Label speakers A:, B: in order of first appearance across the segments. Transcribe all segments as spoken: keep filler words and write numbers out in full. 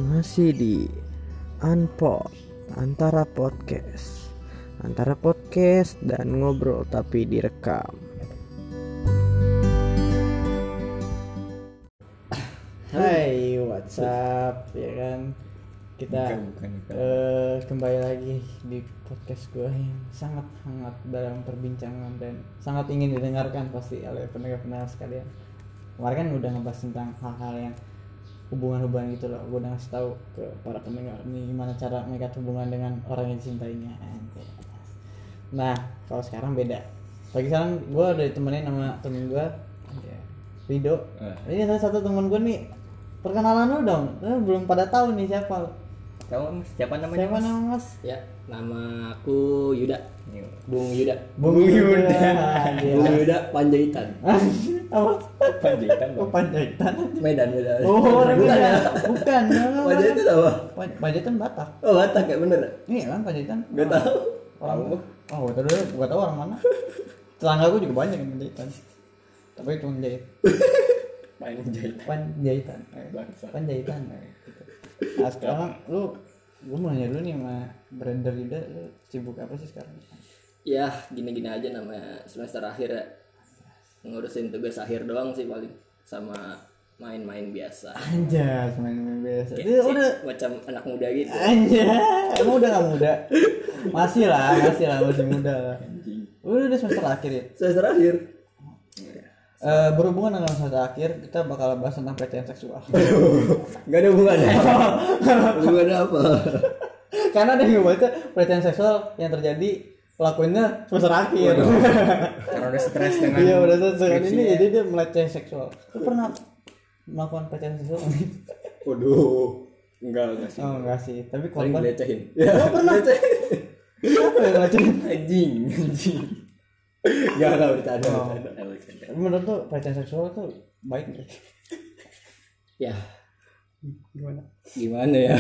A: Masih di Unpod, antara podcast Antara podcast dan ngobrol tapi direkam. Hai, what's up, ya kan? Kita
B: bukan, bukan, bukan.
A: Uh, kembali lagi di podcast gue yang sangat hangat dalam perbincangan dan sangat ingin didengarkan pasti oleh pendengar-pendengar sekalian. Kemarin kan udah ngebahas tentang hal-hal yang hubungan-hubungan gitu loh. Gue udah ngasih tahu ke para pendengar nih gimana cara mengikat hubungan dengan orang yang dicintainya. Nah, kalau sekarang beda. Pagi sekarang gue udah ditemenin sama temen gue, Rido.
B: Eh.
A: Ini salah satu temen gue nih. Perkenalan lu dong. Eh, belum pada tahu nih siapa.
B: Tahu mas siapa namanya?
A: Siapa
B: mas?
A: nama mas?
C: Ya, nama aku Yuda. Bung Yuda.
A: Bung Yuda.
C: Bung Yuda Panjaitan.
A: Apa?
B: Panjaitan.
A: Oh, Panjaitan.
C: Medan, Medan.
A: Oh, orang Medan. Bukan.
C: Panjaitan apa?
A: Panjaitan Batak.
C: Oh, Batak ya bener.
A: Iya kan Panjaitan.
C: Gak tahu.
A: Orang oh, gua tahu dulu, gua tahu orang mana. Tetangga gua juga banyak yang Panjaitan. Tapi cuma jahit.
B: Panjaitan.
A: Panjaitan.
B: Bangsa.
A: Panjaitan. Nah, sekarang lu gua mau nanya dulu nih sama Brother Yuda, lu sibuk apa sih sekarang?
C: Ya, gini-gini aja namanya semester akhir ya. Ngurusin tugas akhir doang sih paling. Sama main-main biasa.
A: Anjas, main-main biasa.
C: Kayak
A: Dia
C: sih,
A: udah
C: macam anak muda gitu.
A: Anjas, emang udah gak muda? Masih lah, masih lah, masih muda lah. Udah udah semester akhir ya.
C: Semester akhir.
A: Uh, berhubungan dengan semester akhir, kita bakal bahas tentang pelecehan seksual.
C: Gak ada hubungannya. Hubungannya apa?
A: Karena ada yang ngebaca pelecehan seksual yang terjadi pelakunya semester akhir.
B: Karena udah stres dengan.
A: Iya udah stres ini, jadi dia meleceh seksual. Lu pernah melakukan pelecehan seksual?
C: Waduh. Enggak, enggak sih.
A: Oh enggak sih, tapi
C: Paling
A: korban.
C: dilecehin.
A: Oh pernah. Siapa yang ngelecehin?
C: Anjing, anjing. Gak, gak bercanda,
A: Oh.
C: bercanda, bercanda.
A: Menurut tuh pelecehan seksual tuh baik nggak?
C: Ya,
A: Gimana?
C: gimana ya?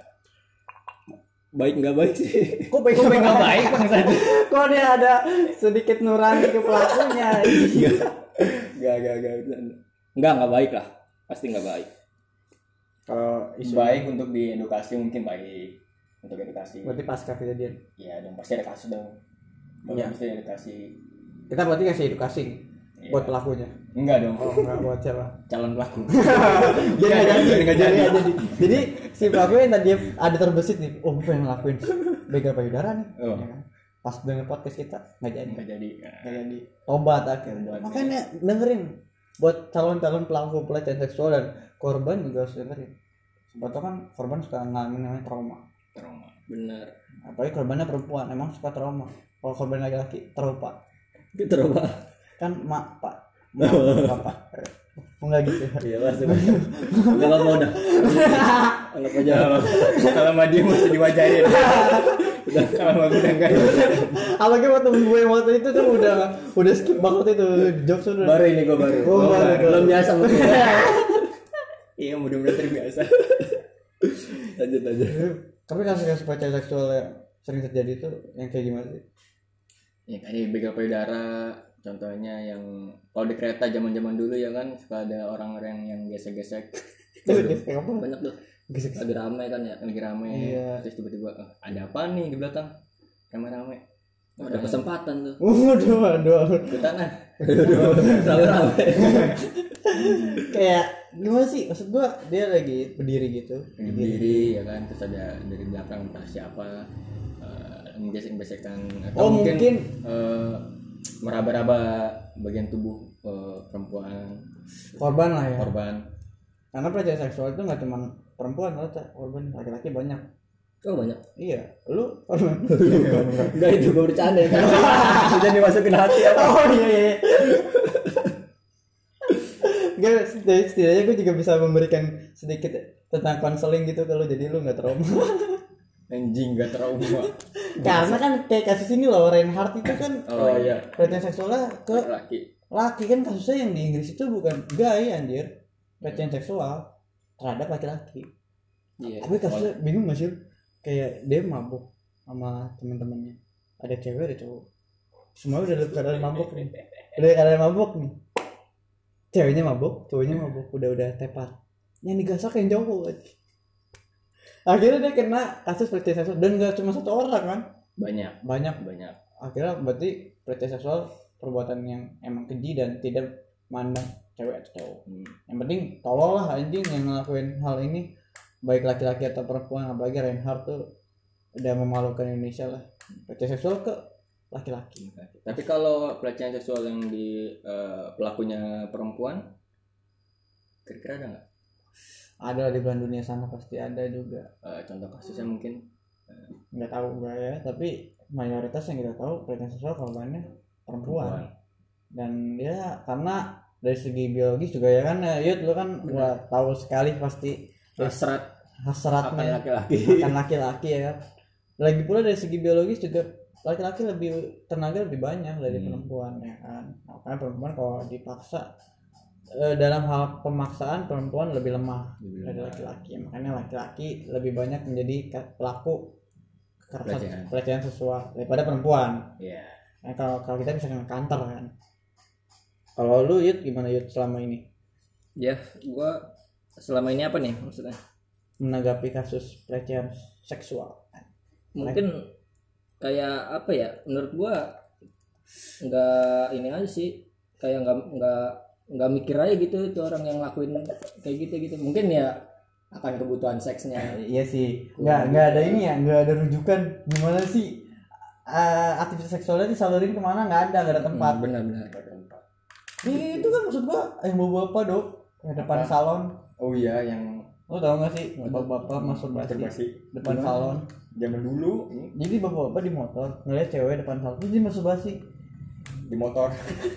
C: Baik nggak baik sih?
A: Kok baik kok nggak baik bang? Kok dia ada sedikit nurani ke pelakunya?
C: Gak, gak, gak, bercanda. Enggak, nggak baik lah. Pasti nggak baik.
B: Kalau baik untuk diedukasi mungkin baik untuk edukasi.
A: Berarti pasca kejadian.
B: Iya dong pasti ada kasus dong. Bagus
A: Iya.
B: Pasti edukasi.
A: Kita berarti kasih edukasi
B: Iya.
A: buat pelakunya.
B: Enggak dong.
A: Oh enggak buat siapa?
B: Calon pelaku.
A: Jadi nggak jadi,
B: Nggak
A: jadi
B: jadi.
A: nggak jadi. Jadi si pelaku yang tadi ada terbesit nih, oh gue pengen ngelakuin begal payudara nih.
B: Oh.
A: Ya kan? Pas denger podcast kita nggak jadi,
B: Enggak jadi.
A: nggak jadi. Tobat akhirnya.
B: Tobat.
A: Makanya dengerin buat calon-calon pelaku pelecehan seksual dan korban juga harus dengerin. Sebab itu kan korban suka ngalamin namanya trauma.
B: Trauma.
C: Benar.
A: Apalagi korbannya perempuan, emang suka trauma. Kalau korban laki-laki terlupa.
C: Gitu loh, Pak.
A: Kan mak pak, mak bapak. Enggak gitu.
C: Iya, pasti. Enggak apa-apa udah. Anggap aja.
B: Kalau sama dia masih diwajahin. Udah kalau sama gue udah enggak.
A: Apalagi waktu temen gue yang waktu itu tuh udah udah skip banget itu jokes udah.
C: Baru ini gua baru.
A: Oh, baru, baru.
C: Belum biasa mungkin.
B: Iya mudah-mudahan terbiasa.
C: Lanjut aja.
A: Tapi kasus-kasus pelecehan seksual yang sering terjadi itu yang kayak gimana sih?
B: Ya tadi begal payudara contohnya yang kalau di kereta zaman-zaman dulu ya kan suka ada orang-orang yang gesek-gesek.
A: Kayak apa?
C: Banyak tuh.
A: Gesek.
C: Lagi ramai kan ya.
B: Lagi rame
A: Iya.
B: terus tiba-tiba oh, ada apa nih di belakang rame-rame.
C: Oh, ada kesempatan tuh.
A: Waduh, waduh.
B: Ikutan ah.
C: Rame-rame.
A: Kayak gimana sih? Maksud gua dia lagi berdiri gitu.
B: Lagi berdiri ya kan terus ada dari belakang entah siapa uh, menggesek-gesekkan atau
A: Oh,
B: mungkin,
A: mungkin.
B: uh, meraba-raba bagian tubuh uh, perempuan
A: Korban lah ya.
B: korban.
A: Karena pelecehan seksual itu nggak cuma perempuan, ternyata korban laki-laki banyak.
C: Oh, banyak.
A: Iya, lu korban.
C: Enggak, itu gua bercanda kan. Sudah dimasukin hati apa?
A: Oh iya iya. Gak, setidaknya gue juga bisa memberikan sedikit tentang konseling gitu kalau jadi lu nggak trauma.
B: Anjing gak trauma.
A: Karena kan kayak kasus ini loh, Reinhardt itu kan
B: Oh iya.
A: pelecehan seksualnya ke
B: Laki.
A: laki kan kasusnya yang di Inggris itu bukan gay anjir, pelecehan seksual terhadap laki-laki.
C: Iya.
A: Tapi kasusnya bingung gak sih? Kayak dia mabuk sama teman-temannya, ada cewek ada cowok, semua udah dalam keadaan mabuk nih, udah dalam keadaan mabuk nih, ceweknya mabuk, cowoknya mabuk, udah udah tepat, yang digasak yang cowok. Akhirnya dia kena kasus pelecehan seksual dan nggak cuma satu orang kan,
B: banyak
A: banyak.
B: banyak
A: Akhirnya berarti pelecehan seksual perbuatan yang emang keji dan tidak mandang cewek atau cowok.
B: hmm.
A: Yang penting tolol lah anjing yang ngelakuin hal ini, baik laki-laki atau perempuan. Apalagi Reinhardt tuh udah memalukan Indonesia lah, pelecehan seksual ke laki-laki.
B: Tapi kalau pelecehan seksual yang di uh, pelakunya perempuan, kira-kira ada nggak?
A: Ada di belahan dunia sana pasti ada juga.
B: Uh, contoh kasusnya mungkin
A: Nggak tahu gue ya, tapi mayoritas yang kita tahu pelecehan seksual korbannya perempuan.
B: perempuan.
A: Dan ya karena dari segi biologis juga ya kan, Yud lu kan gua tahu sekali pasti
C: hasrat
A: hasratnya
C: akan laki-laki.
A: akan laki-laki ya kan. Lagi pula dari segi biologis juga laki-laki lebih tenaga lebih banyak dari
B: Hmm.
A: perempuan ya kan. Makanya perempuan kalau dipaksa eh, dalam hal pemaksaan perempuan lebih lemah
B: Lebih
A: dari
B: lemah.
A: laki-laki. Makanya laki-laki lebih banyak menjadi ka- pelaku kekerasan
B: Pelecehan.
A: pelecehan seksual daripada perempuan.
B: Iya.
A: Nah, kalau kalau kita bisa kena kantor kan. Kalau lu Yud gimana Yud selama ini
C: Ya, gua selama ini apa nih maksudnya?
A: menanggapi kasus pelecehan seksual?
C: Mungkin kayak apa ya? Menurut gua nggak ini aja sih, kayak nggak nggak nggak mikir aja gitu itu orang yang lakuin kayak gitu gitu. Mungkin ya akan kebutuhan seksnya.
A: Iya sih, nggak nggak ada ini ya, nggak ada rujukan gimana sih uh, aktivitas seksualnya disalurin kemana, nggak ada, nggak ada tempat.
C: Hmm, benar-benar.
A: Itu kan maksud gua yang bapak-bapak dok, yang depan
B: Apa?
A: salon.
B: Oh iya, yang
A: Lo tau nggak sih bapak-bapak masturbasi
B: masturbasi
A: depan
B: Gimana?
A: salon?
B: zaman dulu ini
A: Jadi bapak-bapak di motor ngeliat cewek depan salon, terus dia masturbasi.
B: di motor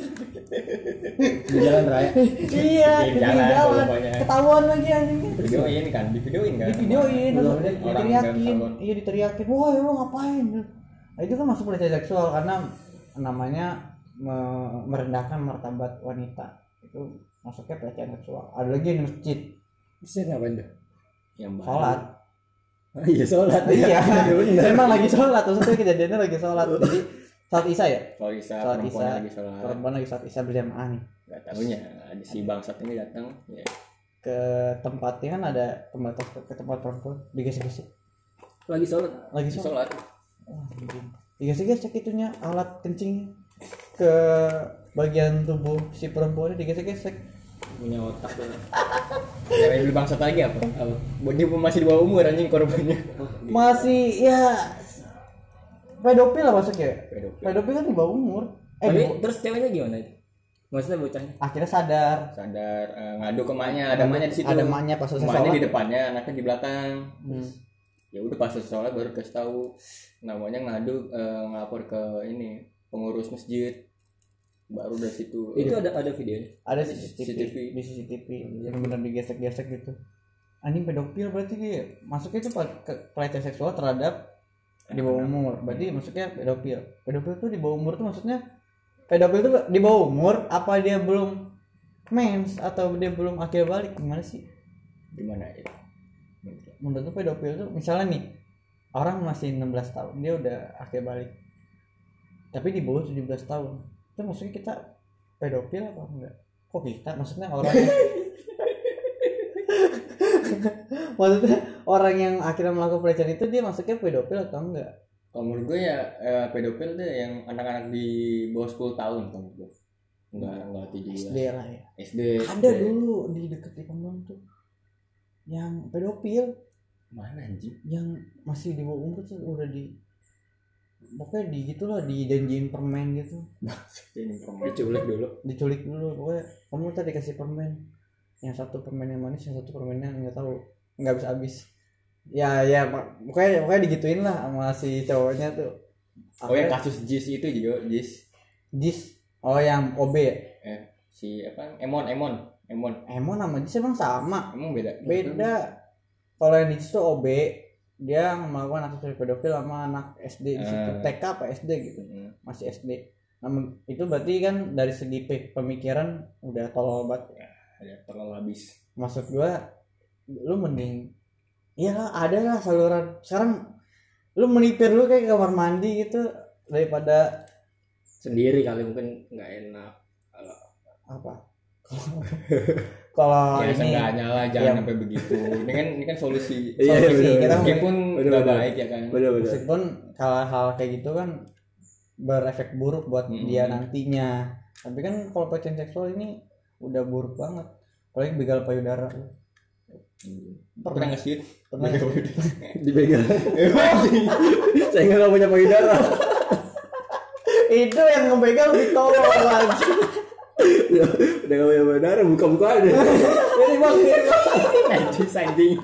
C: Di jalan raya.
A: Iya,
B: Di
A: di
B: jalan,
A: jalan,
B: bapaknya.
A: ketahuan lagi anjingnya.
B: videoin kan di videoin kan
A: Di videoin, terus
B: Orang dalam
A: diteriakin,
B: salon.
A: iya diteriakin, wah lo ngapain? Nah, itu kan masuk pelecehan seksual karena namanya me- merendahkan martabat wanita, itu masuknya pelecehan seksual. Ada lagi yang di masjid,
C: Bisa ngapain tuh?
B: yang baru.
A: sholat.
C: Oh, iya sholat.
A: Iya,
C: benar.
A: memang lagi sholat, maksudnya kejadiannya lagi sholat. Jadi saat isya ya,
B: Kalau Isa
A: Sholat
B: perempuan
A: isya.
B: lagi sholat
A: perempuan lagi saat isya berjamaah nih
B: nggak tahunya ada si bangsat ini datang ya
A: ke tempatnya kan ada pembatas ke, ke tempat perempuan, digesek-gesek
C: Lagi sholat.
A: lagi
B: di
A: sholat.
B: sholat
A: Wah, digesek-gesek itunya alat kencing ke bagian tubuh si perempuannya, digesek-gesek.
C: Punya otak tuh.
B: yang lebih bangsat lagi apa
C: Apa?
B: buat dia masih di bawah umur anjing korbannya
A: Masih ya pedofil lah masuknya.
B: Pedofil.
A: Pedofil kan di bawah umur. Eh,
C: Tapi
A: di-
C: terus ceweknya gimana itu? Maksudnya bocahnya?
A: akhirnya sadar.
B: sadar eh, ngadu ke maknya ada maknya di situ
A: Ada maknya pas selesai
B: maknya
A: sholat.
B: di depannya anaknya di belakang
A: Hmm.
B: ya udah pas selesai sholat baru kasih tahu namanya ngadu eh, ngelapor ke ini pengurus masjid baru dari situ
C: Itu ada ada videonya.
A: Ada
B: C
A: C C T V,
B: C T V.
A: di C C T V benar-benar digesek-gesek gitu. Anjing pedofil berarti dia masuknya itu pe- ke pelecehan seksual terhadap di bawah umur. Berarti maksudnya pedofil. Pedofil tuh di bawah umur tuh maksudnya pedofil tuh di bawah umur apa dia belum mens atau dia belum akhir balik, gimana sih?
B: gimana ya
A: Menurut tuh pedofil tuh misalnya nih orang masih enam belas tahun dia udah akhir balik. Tapi di bawah tujuh belas tahun. Itu maksudnya kita pedofil apa enggak? Kok kita? Maksudnya orang maksudnya orang yang akhirnya melakukan pelecehan itu dia masuknya pedofil atau enggak?
B: kalau menurut gue ya eh, pedofil tuh yang anak-anak di bawah sepuluh tahun kalau menurut gue enggak enggak tujuh
A: S D lah ya.
B: S D
A: Ada dulu di deket di Kemang tuh yang pedofil
B: mana anjing
A: yang masih di bawah umur tuh udah di pokoknya di gitulah dijanjiin permen gitu,
B: ini perempuan
C: Diculik dulu.
A: diculik dulu pokoknya kamu tadi kasih permen, yang satu permen yang manis yang satu permennya nggak tahu nggak bisa habis ya ya pak- pokoknya pokoknya digituin lah sama si cowoknya tuh.
B: oh yang kasus Jis itu juga Jis
A: Jis, oh yang O B ya?
B: eh si apa Emon Emon Emon
A: Emang nama Jis emang sama?
B: emang beda
A: Beda. Kalau yang di situ O B dia melakukan aktivitas pedofil sama anak S D di situ,
B: Eh.
A: T K apa S D gitu,
B: Mm-mm.
A: masih S D. Namun itu berarti kan dari segi pe- pemikiran udah tolol banget.
B: ada terlalu habis
A: Maksud gua lu mending ya ada lah saluran sekarang lu melipir lu kayak kamar mandi gitu daripada
C: Sendiri kali mungkin nggak enak. Kalau
A: apa kalau
B: Ya
A: ini
B: seenggaknya lah, jangan
A: Iya.
B: sampai begitu. Ini kan ini kan solusi.
D: Iya,
A: solusi.
D: bener,
A: Kita
D: bener.
B: Meskipun
D: Bener,
B: nggak
D: bener.
B: baik ya kan.
D: Bener-bener.
A: meskipun kalau hal kayak gitu kan berefek buruk buat
B: Mm-mm.
A: dia nantinya. Tapi kan kalau pelecehan seksual ini udah buruk banget. Apalagi begal payudara.
B: Pernah nggak sih?
A: Pernah.
D: Dibegal. Saya nggak punya payudara.
A: Itu yang ngebegal ditolong lagi.
D: Ya, udah nggak punya payudara, buka-buka aja.
A: Ini bang, ini bang.
B: Najis anjing.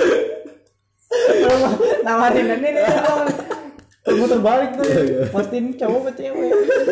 A: Nawarin ini nih bang. Muter balik tuh.
D: Iya, iya.
A: Pastiin cowok apa cewek.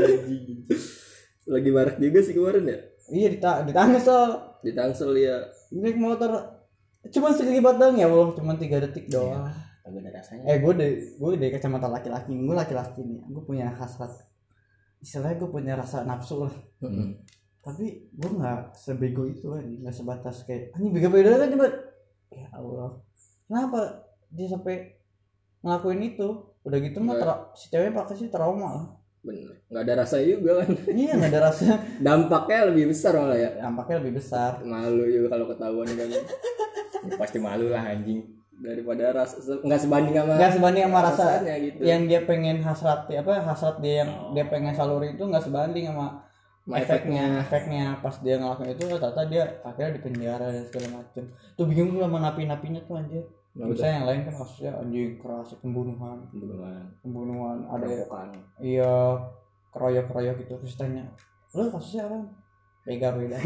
D: Lagi marak juga sih kemarin ya.
A: Iya dita ditanya soal
D: Di Tangsel ya.
A: naik motor cuma sekelibat doang ya Allah, cuma tiga detik doang.
B: Agak ada rasanya.
A: Eh gue dari gue dari kacamata laki-laki, gue laki-laki nih, gue punya hasrat, istilahnya gue punya rasa nafsu lah.
B: Hmm.
A: Tapi gue nggak sebego itu kan, nggak sebatas kayak anjing bego bego kan coba. Ya Allah, kenapa dia sampai ngelakuin itu? Udah gitu mah tra- si cewek pasti trauma lah.
D: Bener. Nggak ada rasa juga kan.
A: Iya nggak ada rasa,
D: Dampaknya lebih besar malah ya.
A: dampaknya lebih besar.
D: Malu juga kalau ketahuan kan.
B: Pasti malu lah anjing.
D: Daripada rasa nggak sebanding sama
A: Nggak sebanding sama rasa
D: rasanya gitu.
A: yang dia pengen hasrat, apa hasrat dia yang dia pengen saluri itu nggak sebanding sama
D: Sama
A: efeknya efeknya pas dia ngelakuin itu ternyata dia akhirnya di penjara dan segala macem. Tuh bingung tuh sama napi-napinya tuh anjir.
D: Nah,
A: Misalnya yang lain kan kasusnya anjing keras, pembunuhan
B: Pembunuhan.
A: pembunuhan ada
B: Perampokan.
A: iya keroyok-keroyok gitu. Terus tanya lo kasusnya apa? Begal beda.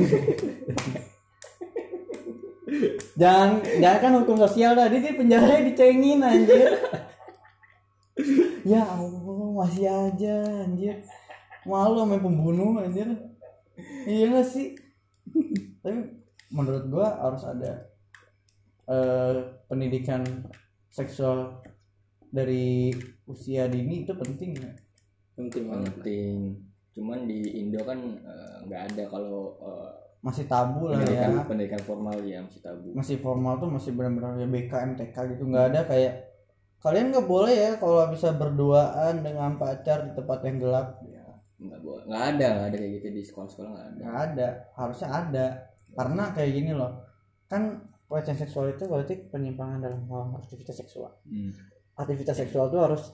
A: jangan jangan kan hukum sosial tadi dia penjara dicengin anjir. Ya Allah masih aja anjir, malu sama pembunuh anjir. Iya gak sih? Tapi menurut gua harus ada eh, pendidikan seksual dari usia dini, itu penting ya.
D: penting banget.
B: Penting. Cuman di Indo kan eh, nggak ada kalau eh,
A: Masih tabu lah ya,
B: pendidikan pendidikan formal ya, masih tabu.
A: masih formal tuh masih benar-benar ya B K M T K gitu, nggak ada kayak kalian nggak boleh ya kalau bisa berduaan dengan pacar di tempat yang gelap ya.
B: Nggak boleh. Nggak ada, nggak ada kayak gitu di sekolah-sekolah, nggak ada.
A: Nggak ada, harusnya ada. Karena kayak gini loh, kan pelecehan seksual itu berarti penyimpangan dalam hal aktivitas seksual.
B: Hmm.
A: Aktivitas seksual itu harus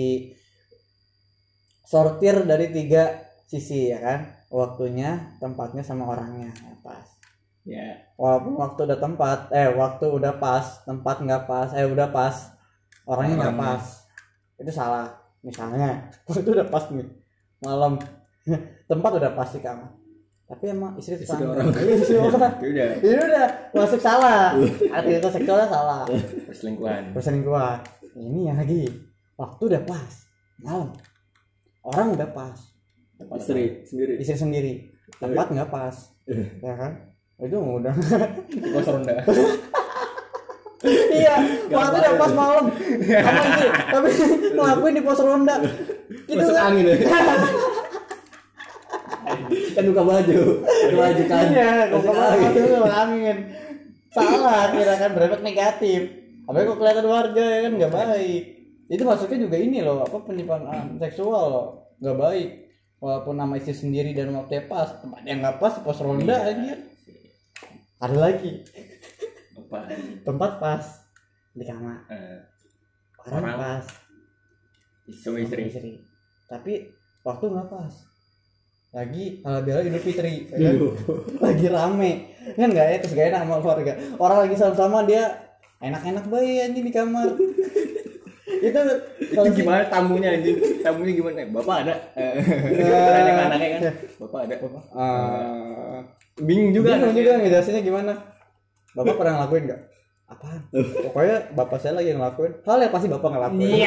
A: disortir dari tiga sisi ya kan, waktunya, tempatnya, sama orangnya ya, pas.
B: Ya.
A: Walaupun waktu udah tempat, eh waktu udah pas, tempat nggak pas, eh udah pas, orangnya nggak
B: Orangnya.
A: pas, itu salah. Misalnya waktu udah pas nih malam, tempat udah pas di kamar, tapi emang istri
D: Istri
A: tetangga.
D: orang.
A: Iya, istri orang.
B: Itu udah
A: Ini udah masuk salah, aktivitas seksualnya salah.
B: perselingkuhan.
A: Perselingkuhan. Ini yang lagi waktu udah pas malam, orang udah pas,
D: Istri sendiri.
A: istri sendiri, tempat nggak pas, ya kan? Itu udah.
B: Di pos ronda.
A: Iya, waktu udah pas malam. Apa itu? Tapi ngelakuin di pos ronda. Itu
D: Masuk
A: kan.
D: angin ya. Kan buka baju. Buka baju kan.
A: Iya,
D: Masuk
A: kok
D: angin.
A: itu angin. Salah, kira kan berefek negatif. Apalagi kok kelihatan warga ya kan nggak baik. Itu maksudnya juga ini loh, apa penyimpangan seksual loh, nggak baik. Walaupun nama istri sendiri dan waktunya pas, tempatnya nggak pas, pos ronda aja. Ada lagi
B: Apa?
A: tempat pas di kamar,
B: Eh,
A: orang
B: Orang.
A: pas,
B: suami istri.
A: istri. Tapi waktu nggak pas. Lagi halal Idul Fitri, ya kan? Lagi rame, kan nggak ya, terus gak enak sama keluarga. Orang lagi sama-sama dia enak-enak bayi anjing di kamar. Itu
B: Itu gimana tamunya anjing? Tamunya gimana? Bapak ada? Eh, Tanya ke anaknya kan. Bapak ada.
A: Uh,
B: Bingung juga.
A: bingung
B: anaknya.
A: juga ngejelasinnya gimana. Bapak pernah ngelakuin nggak? Apaan? Pokoknya bapak saya lagi ngelakuin hal yang pasti bapak ngelakuin. Iya.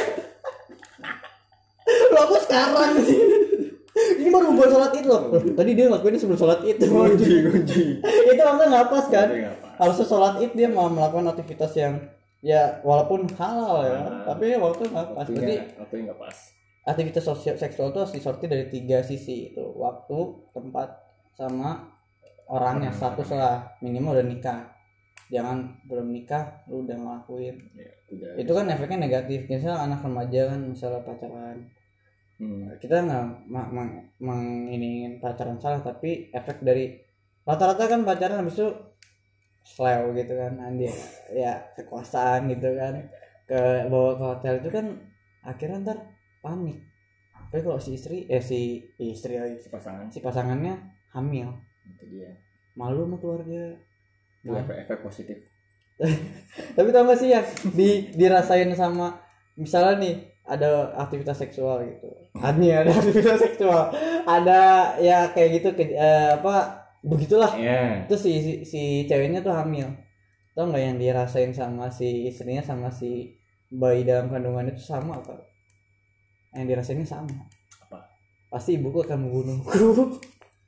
A: Lo aku sekarang sih. Ini baru buat sholat id loh. Loh, tadi dia ngelakuinnya sebelum sholat id.
B: Kunci, kunci.
A: Itu maksudnya nggak pas kan?
B: Tapi nggak pas.
A: Harusnya sholat id dia mau melakukan aktivitas yang ya walaupun halal ya,
B: Halal.
A: tapi waktu nggak pas. Berarti
B: Waktunya, waktunya nggak pas.
A: aktivitas sosial seksual itu harus disortir dari tiga sisi itu, waktu, tempat, sama orangnya. Status lah, minimal udah nikah. Jangan belum nikah lu udah ngelakuin.
B: Ya, udah.
A: Itu kan efeknya negatif. Misalnya anak remaja kan misalnya pacaran,
B: Hmm.
A: kita nggak ma- ma- menginiin pacaran salah, tapi efek dari rata-rata kan pacaran habis itu slow gitu kan, dia ya kekuasaan gitu kan, ke bawa ke hotel itu kan akhirnya ntar panik. Tapi kalau si istri eh si istri lagi
B: si pasangan
A: si pasangannya hamil,
B: itu dia
A: malu sama keluarga.
B: itu efek-efek positif.
A: Tapi tau gak sih ya di dirasain sama misalnya nih ada aktivitas seksual gitu, ada ada aktivitas seksual, ada ya kayak gitu ke, eh, apa begitulah.
B: Yeah.
A: Terus si, si si ceweknya tuh hamil, tau nggak yang dirasain sama si istrinya sama si bayi dalam kandungan itu sama apa? Yang dirasainnya sama.
B: Apa?
A: Pasti ibuku akan membunuhku.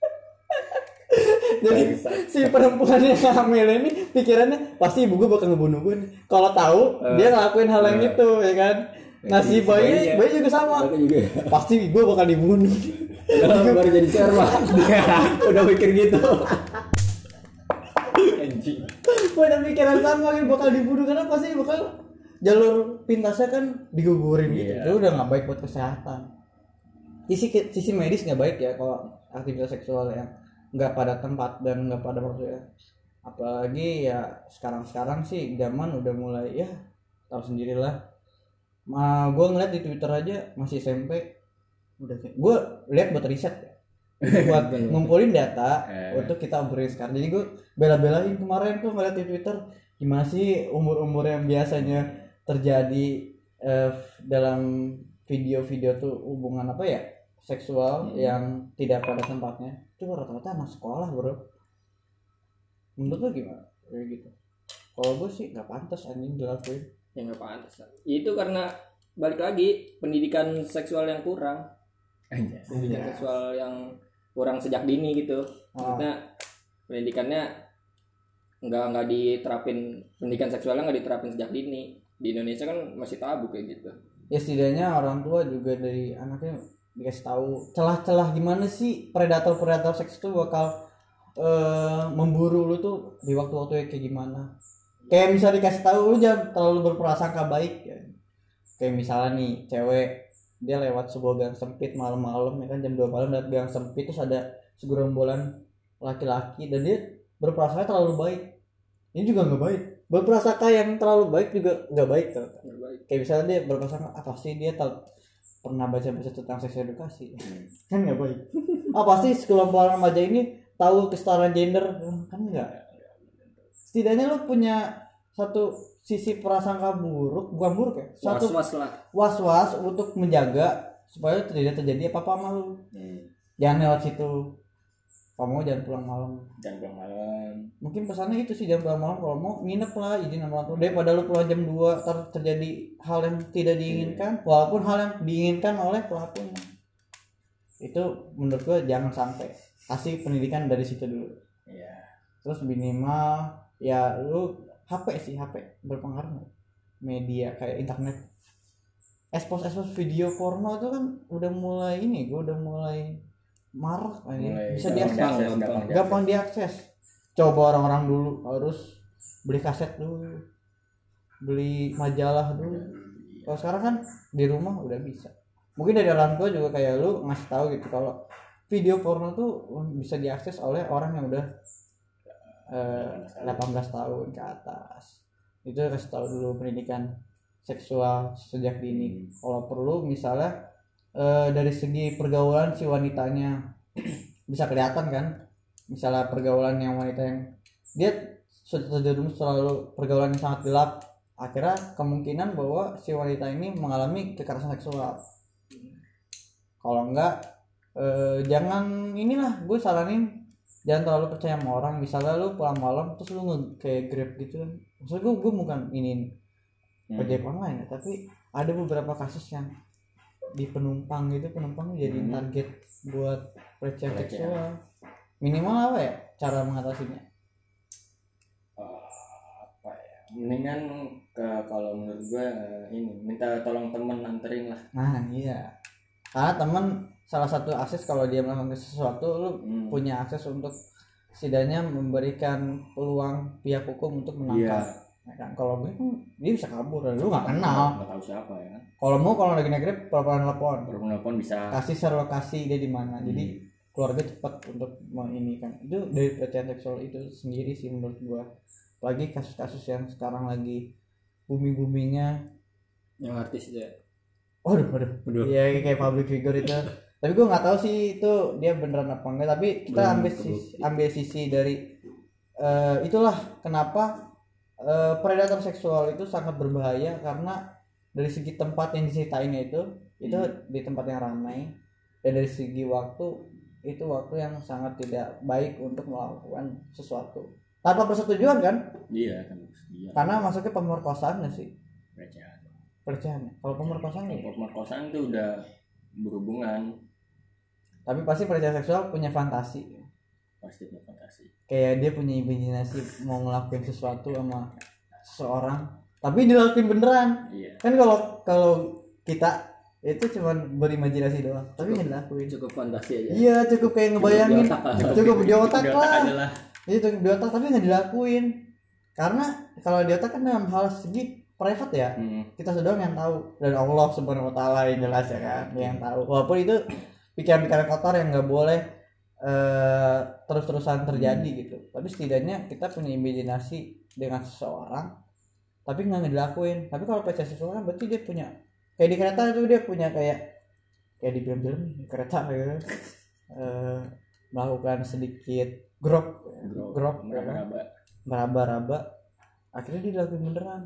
A: Jadi si perempuan yang hamil ini pikirannya pasti ibu gue bakal ngebunuh gue nih. Kalau tahu uh, dia ngelakuin hal yang uh, itu ya kan. Nah si bayi bayi juga sama.
D: Juga.
A: Pasti gue bakal dibunuh.
D: Udah baru jadi serba. Udah mikir gitu.
B: Anjing.
A: Punya pikiran sama kan bakal dibunuh karena pasti bakal jalur pintasnya kan digugurin gitu. Itu udah nggak baik buat kesehatan. Sisi sisi medis nggak baik ya kalau aktivitas seksual yang nggak pada tempat dan nggak pada waktu ya. Apalagi ya sekarang-sekarang sih zaman udah mulai ya tahu sendirilah. Ma gue ngeliat di Twitter aja masih S M P udah kayak gue lihat buat riset ya. Buat ngumpulin data untuk kita obrolin sekarang. Jadi gue bela-belain kemarin tuh ngeliat di Twitter gimana sih umur-umur yang biasanya terjadi eh, dalam video-video tuh hubungan apa ya seksual hmm. yang tidak pada tempatnya itu rata-rata anak sekolah bro. Menurut lo gimana kayak gitu? Kalau gue sih nggak pantas anjing dilakuin.
C: Ya nggak pantas. Itu karena balik lagi pendidikan seksual yang kurang.
B: Anjas.
C: Pendidikan ya. Seksual yang kurang sejak dini gitu. Maksudnya oh. pendidikannya nggak nggak diterapin, pendidikan seksualnya nggak diterapin sejak dini. Di Indonesia kan masih tabu kayak gitu.
A: Ya setidaknya orang tua juga dari anaknya dikasih tahu celah-celah gimana sih predator-predator seks itu bakal uh, memburu lu tuh di waktu-waktu kayak gimana. Kayak misalnya dikasih tahu lu jangan terlalu berprasangka baik ya. Kayak misalnya nih cewek dia lewat sebuah gang sempit malam-malam ya kan jam dua malam lewat gang sempit terus ada segerombolan laki-laki dan dia berprasangka terlalu baik. Ini juga nggak baik. Berprasangka yang terlalu baik juga nggak baik kan. Kayak misalnya dia berprasangka apa sih dia tahu pernah baca-baca tentang seks edukasi hmm. kan nggak baik. Ah pasti sekelompok remaja ini tahu kesetaraan gender kan nggak. Setidaknya lu punya satu sisi prasangka buruk, bukan buruk ya, satu
C: was-was lah,
A: was-was untuk menjaga supaya tidak terjadi apa-apa sama lu. Hmm. Jangan lewat situ. Kamu jangan pulang malam.
B: Jangan pulang malam.
A: Mungkin pesannya itu sih jangan pulang malam, kalau mau nginep lah izin sama orang tua. Daripada lu pulang jam dua ter terjadi hal yang tidak diinginkan, hmm. walaupun hal yang diinginkan oleh pelakunya. Itu menurut gua jangan sampai. Kasih pendidikan dari situ dulu. Iya. Yeah. Terus minimal ya lu H P sih, H P berpengaruh. Media kayak internet. Expose-expose video porno itu kan udah mulai ini, gua udah mulai marak aja, bisa diakses, gampang, gampang diakses. Coba orang-orang dulu harus beli kaset dulu, beli majalah dulu. Kalau sekarang kan di rumah udah bisa. Mungkin dari orang tua juga kayak lu ngasih tahu gitu kalau video porno tuh bisa diakses oleh orang yang udah eh, delapan belas tahun ke atas. Itu kasih tahu dulu pendidikan seksual sejak dini. Kalau perlu misalnya Uh, dari segi pergaulan si wanitanya bisa kelihatan kan, misalnya pergaulan yang wanita yang dia sudah terjerumus selalu pergaulan yang sangat gelap, akhirnya kemungkinan bahwa si wanita ini mengalami kekerasan seksual. Kalau enggak uh, jangan inilah gue saranin jangan terlalu percaya sama orang. Misalnya lu pulang malam terus lu nge kayak Grab gitu kan, maksud gue gue bukan ini hmm. ojek online ya, tapi ada beberapa kasus yang di penumpang gitu, penumpang jadi hmm. target buat pelecehan seksual. Minimal apa ya cara mengatasinya?
B: Uh, apa ya? Mendingan ke kalau menurut gue ini minta tolong temen anterin lah.
A: Nah iya, karena temen salah satu akses kalau dia melakukan sesuatu lu hmm. punya akses untuk setidaknya memberikan peluang pihak hukum untuk menangkap. Yeah. Kan kalau gue kan dia bisa kabur, lu nggak kenal,
B: nggak tahu siapa ya kan.
A: Kalau mau kalau lagi naik Grab pelan-pelan telepon,
B: pelan telepon bisa.
A: Kasih share lokasi dia di mana. Hmm. Jadi keluarga cepat untuk menginikan itu dari pelecehan seksual itu sendiri sih menurut gua. Apalagi kasus-kasus yang sekarang lagi booming-boomingnya
C: yang artis itu ya.
A: waduh waduh iya kayak public figure itu. Tapi gua nggak tahu sih itu dia beneran apa enggak, tapi kita
C: Belum
A: ambil
C: terbukti.
A: sisi, ambil sisi dari uh, itulah kenapa uh, predator seksual itu sangat berbahaya, karena dari segi tempat yang diceritainnya itu itu hmm. di tempat yang ramai, dan dari segi waktu itu waktu yang sangat tidak baik untuk melakukan sesuatu tanpa persetujuan kan?
B: Iya kan. Iya.
A: Karena masuknya pemerkosaan nggak sih?
B: Pelecehan.
A: Pelecehan. Kalau pemerkosaan ya?
B: Pemerkosaan itu udah berhubungan.
A: Tapi pasti pelecehan seksual punya fantasi.
B: Pasti punya fantasi.
A: Kayak dia punya imajinasi mau ngelakuin sesuatu sama seseorang, tapi dilakuin beneran.
B: Iya.
A: Kan kalau kalau kita itu cuma berimajinasi doang, tapi nggak dilakuin.
C: Cukup fantasi aja.
A: Iya, cukup kayak ngebayangin,
C: Cukup di otak lah.
A: cukup di otak
B: Di
A: lah.
B: aja lah.
A: Iya, cukup di otak tapi nggak dilakuin. Karena kalau di otak kan dalam hal segi private ya,
B: Hmm.
A: kita doang yang tahu, dan Allah Subhanahu Wa Taala yang jelas ya kan, yang tahu. Walaupun itu pikiran-pikiran kotor yang nggak boleh uh, terus-terusan terjadi gitu. Tapi setidaknya kita punya imajinasi dengan seseorang, tapi nggak dilakuin. Tapi kalau pelecehan seksual kan berarti dia punya kayak di kereta itu dia punya kayak kayak di film-film kereta gitu. uh, melakukan sedikit grok grok
B: meraba-raba
A: meraba-raba, akhirnya dia dilakuin beneran.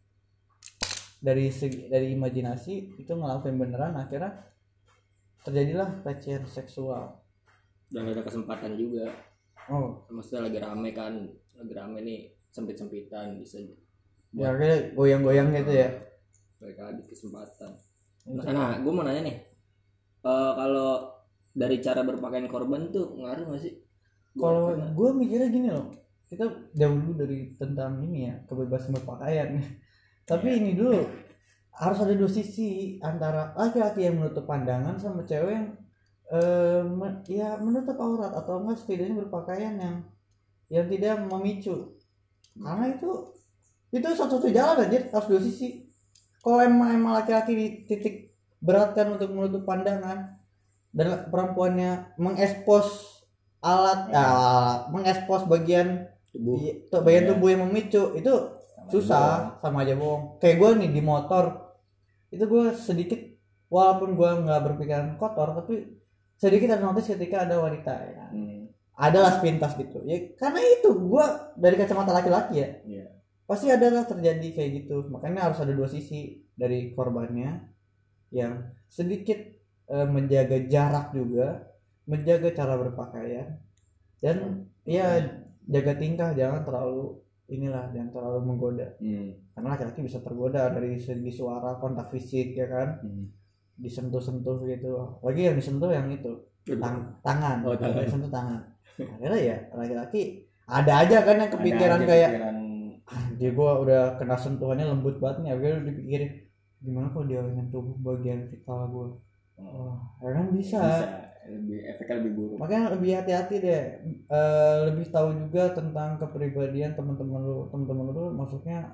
A: Dari segi dari imajinasi itu ngelakuin beneran, akhirnya terjadilah pelecehan seksual.
C: Dan ada kesempatan juga.
A: Oh,
C: Maksudnya lagi rame kan, lagi rame nih sempit-sempitan bisa.
A: ya kayak goyang-goyang gitu ya.
C: Mereka ada kesempatan. Nah, gue mau nanya nih, uh, kalau dari cara berpakaian korban tuh ngaruh nggak sih?
A: Kalau gue mikirnya gini loh, kita jauh dulu dari tentang ini ya, kebebasan berpakaian. Tapi
B: yeah.
A: ini dulu harus ada dua sisi antara laki-laki yang menutup pandangan sama cewek yang eh, me- ya menutup aurat atau enggak setidaknya berpakaian yang yang tidak memicu. Karena itu itu satu-satu jalan aja, harus dua sisi. Kalau emang, emang laki-laki dititik beratkan untuk menutup pandangan dan perempuannya mengekspos alat, ah, mengekspos bagian
C: Tubuh.
A: i- tuh, bagian
B: Iya.
A: tubuh yang memicu, itu susah, sama aja bohong. Kayak gue nih di motor, itu gue sedikit walaupun gue nggak berpikiran kotor, tapi sedikit ada notice ketika ada wanita ya kan.
B: Hmm.
A: Adalah sepintas gitu ya, karena itu gue dari kacamata laki-laki ya.
B: Iya.
A: Pasti adalah terjadi kayak gitu. Makanya harus ada dua sisi, dari korbannya yang sedikit e, menjaga jarak juga, menjaga cara berpakaian, dan ya jaga tingkah, jangan terlalu inilah, jangan terlalu menggoda.
B: Hmm.
A: Karena laki-laki bisa tergoda dari segi suara, kontak fisik ya kan,
B: Hmm.
A: disentuh-sentuh gitu. Lagi yang disentuh yang itu tang- tangan,
B: Oh, tangan.
A: disentuh tangan. Akhirnya ya laki-laki ada aja kan yang kepikiran
B: Ada aja
A: kayak
B: pikiran,
A: dia gue udah kena sentuhannya lembut banget nih, akhirnya dipikirin gimana kalau dia nyentuh bagian vital gue. Oh, ya kan bisa.
B: bisa lebih efeknya lebih buruk.
A: Makanya lebih hati-hati deh. Eh, lebih tahu juga tentang kepribadian teman-teman lu, teman-teman lu maksudnya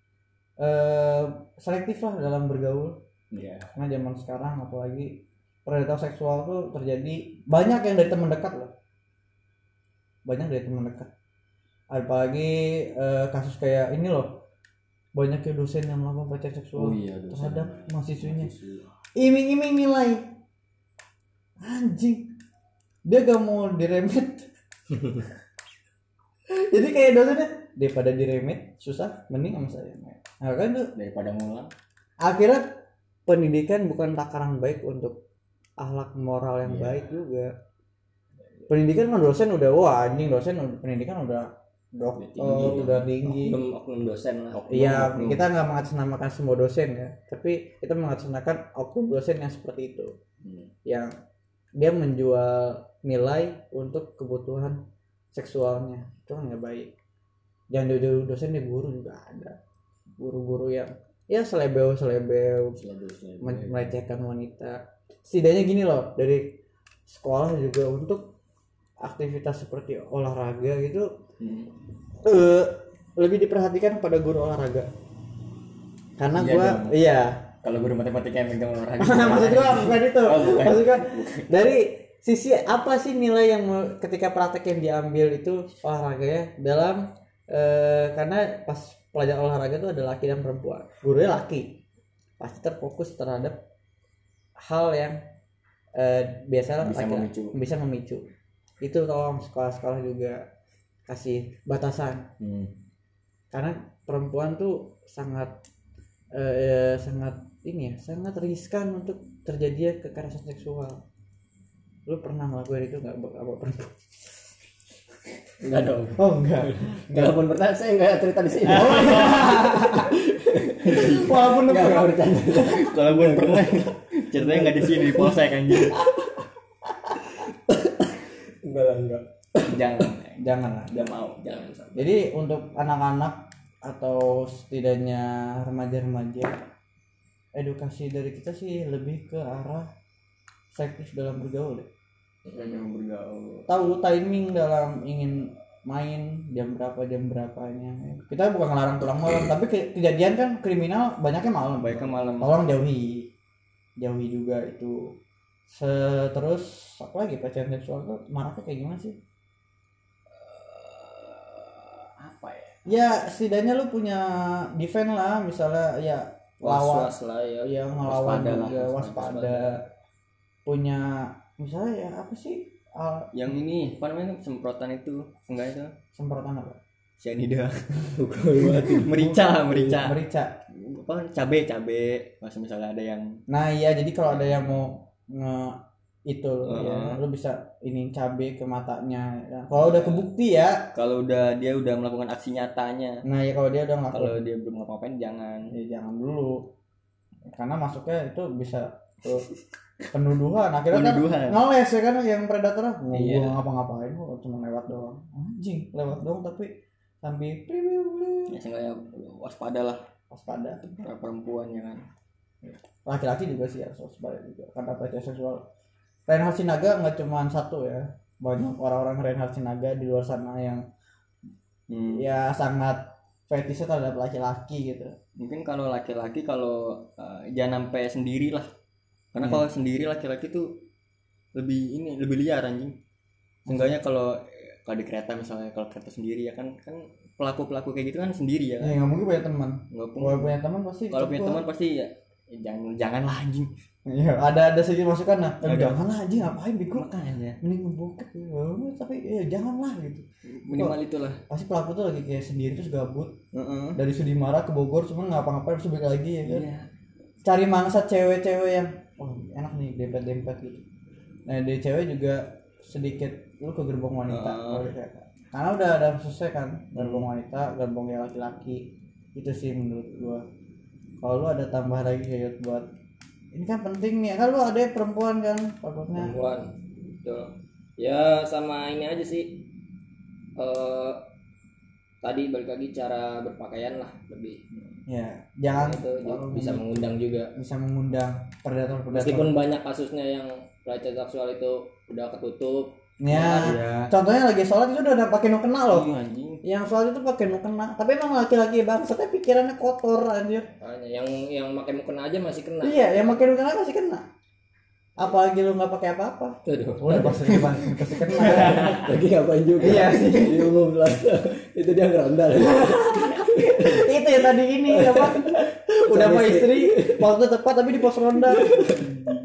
A: eh selektif lah dalam bergaul.
B: Iya.
A: Karena zaman sekarang apalagi predator seksual tuh terjadi banyak yang dari teman dekat loh. Banyak dari teman dekat. Apalagi eh, kasus kayak ini loh. Banyak ya dosen yang melakukan pelecehan seksual
B: Oh iya, dosen.
A: terhadap mahasiswinya.
B: Mahasiswi.
A: Iming-iming nilai. Anjing. Dia gak mau diremet. Jadi kayak dosennya daripada diremet susah, mending sama saya. Nah kan tuh
B: Daripada ngulang.
A: akhirnya pendidikan bukan takaran baik untuk akhlak moral yang
B: Iya.
A: baik juga. Pendidikan kan dosen udah wah anjing, dosen udah pendidikan udah dokter
B: tinggi.
A: udah tinggi.
C: Oknum, oknum dosen lah.
B: Oknum,
A: Iya,
B: oknum.
A: kita nggak mengatasnamakan semua dosen ya, tapi kita mengatasnamakan oknum dosen yang seperti itu,
B: Hmm.
A: yang dia menjual nilai untuk kebutuhan seksualnya, itu kan nggak baik. Jangan jauh-jauh dosen nih, guru juga ada, guru-guru yang ya selebeu selebeu
B: Selalu- selalu.
A: men- melecehkan wanita. Setidaknya gini loh, dari sekolah juga untuk aktivitas seperti olahraga gitu
B: Hmm.
A: eh, lebih diperhatikan pada guru olahraga. Karena
B: Iya
A: gua
B: dong.
A: iya
B: Kalau guru matematika yang megang olahraga.
A: maksud gua bukan itu.
B: Oh, bukan.
A: Maksud gua dari sisi apa sih nilai yang mau- ketika praktek yang diambil itu olahraga ya dalam eh, karena pas pelajaran olahraga itu ada laki dan perempuan, gurunya laki pasti terfokus terhadap hal yang eh, biasa
B: Bisa
A: laki-
B: memicu.
A: bisa memicu. Itu tolong sekolah-sekolah juga kasih batasan
B: Hmm.
A: karena perempuan tuh sangat eh, sangat ini ya sangat riskan untuk terjadinya kekerasan seksual. Lu pernah ngelakuin itu nggak buat apa perempuan?
C: Enggak dong.
A: Oh enggak.
C: Walaupun pernah saya enggak cerita di sini.
A: Walaupun lu
C: Enggak
A: pernah.
C: enggak bercanda.
B: Kalau gue pernah ceritanya nggak di sini di polsek anjing.
C: Enggak lah, enggak.
B: Jangan,
A: Jangan lah.
B: jangan mau.
C: Jangan sampai.
A: Jadi untuk anak-anak atau setidaknya remaja-remaja, edukasi dari kita sih lebih ke arah selektif dalam bergaul deh.
B: Jangan bergaul.
A: Tahu timing dalam ingin main jam berapa jam berapanya. Kita bukan ngelarang pulang malam, tapi ke- kejadian kan kriminal banyaknya malam.
B: Baiknya malam.
A: Tolong jauhi, jauhi juga itu. Terus apa lagi pelecehan seksual tuh maraknya kayak gimana sih?
B: Apa ya?
A: Ya setidaknya lu punya defense lah, misalnya ya lawan,
C: Was-was lah ya.
A: ya ngelawan
B: Waspada lah,
A: juga,
B: waspada.
A: waspada. Punya misalnya ya apa sih? Al-
B: Yang ini apa namanya semprotan itu enggak itu
A: semprotan apa?
B: cyanida. merica, merica.
A: Merica.
B: Apa cabe cabe. Masih misalnya ada yang
A: Nah iya, jadi kalau ada yang mau nge itu
B: Uh.
A: ya, lu bisa ini cabe ke matanya. Ya. Kalau udah kebukti ya,
B: kalau udah dia udah melakukan aksi nyatanya.
A: nah ya kalau dia udah ngelakuin,
B: Kalau dia belum ngapa-ngapain jangan.
A: ya jangan dulu, karena masuknya itu bisa tuh penuduhan. Akhirnya
B: Penuduhan.
A: kan ngeles ya kan yang predator, oh,
B: Iya.
A: gua ngapa-ngapain, gua cuma lewat doang. Anjing, lewat doang tapi sambil
B: Ya seenggaknya waspada lah
A: waspada.
B: para perempuan ya kan.
A: Laki-laki juga sih harus waspada juga karena pelecehan seksual. Reinhard Sinaga nggak cuma satu ya, banyak orang-orang Reinhard Sinaga di luar sana yang
B: Hmm.
A: ya sangat fetishnya terhadap laki-laki gitu.
B: Mungkin kalau laki-laki kalau uh, jangan sampai sendiri lah. Karena
A: Iya.
B: kalau sendiri laki-laki tuh lebih ini lebih liar anjing. Seenggaknya kalau kalau di kereta misalnya kalau kereta sendiri ya kan kan pelaku-pelaku kayak gitu kan sendiri ya.
A: Ya nggak mungkin punya teman.
B: Nggak
A: Kalau
B: pun-
A: punya teman pasti.
B: Kalau punya
A: cepet.
B: teman pasti ya, ya jangan janganlah anjing.
A: Iya, ada ada sedikit masukan nah. Eh,
B: Ada.
A: janganlah anjing ngapain bego.
B: Makanya
A: Mending ngebokep ya. Tapi ya janganlah gitu.
B: minimal itulah.
A: Pasti pelaku tuh lagi kayak sendiri terus gabut
B: Heeh.
A: dari Sudimara ke Bogor cuma ngapa-ngapain terus balik lagi ya kan.
B: Iya.
A: Cari mangsa cewek-cewek yang oh enak nih dempet-dempet gitu. Nah dari cewek juga sedikit lu ke gerbong wanita
B: Ah.
A: kalau di kereta. Karena udah ada khususnya kan gerbong wanita, gerbong yang laki-laki. Itu sih menurut gua. Kalau lu ada tambahan lagi kayak buat ini kan penting nih kan lu ada perempuan kan takutnya.
C: Perempuan. Betul. Ya sama ini aja sih. Eh tadi balik lagi cara berpakaian lah lebih.
A: Ya jangan
C: Itu
A: terlalu
C: bisa
A: mem-
C: mengundang juga.
A: bisa mengundang predator-predator.
C: Meskipun banyak kasusnya yang pelecehan seksual itu udah ketutup.
A: Ya,
B: Iya.
A: contohnya lagi sholat itu udah, udah pakai mukena loh.
B: Iya, anjing.
A: Yang sholat itu pakai mukena, tapi emang laki-laki bangsatnya pikirannya kotor anjir.
C: Makanya yang yang pakai mukena aja masih kena.
A: Iya, yang pakai mukena pasti kena. Apalagi lu nggak pakai apa-apa.
C: Aduh.
A: Udah pasti pasti kena.
C: Lagi ngapain juga?
A: Iya sih.
C: Di umum lah. Itu dia ngerondal.
A: Itu yang tadi ini apa? Udah sama istri, waktu tepat tapi di pos ronda.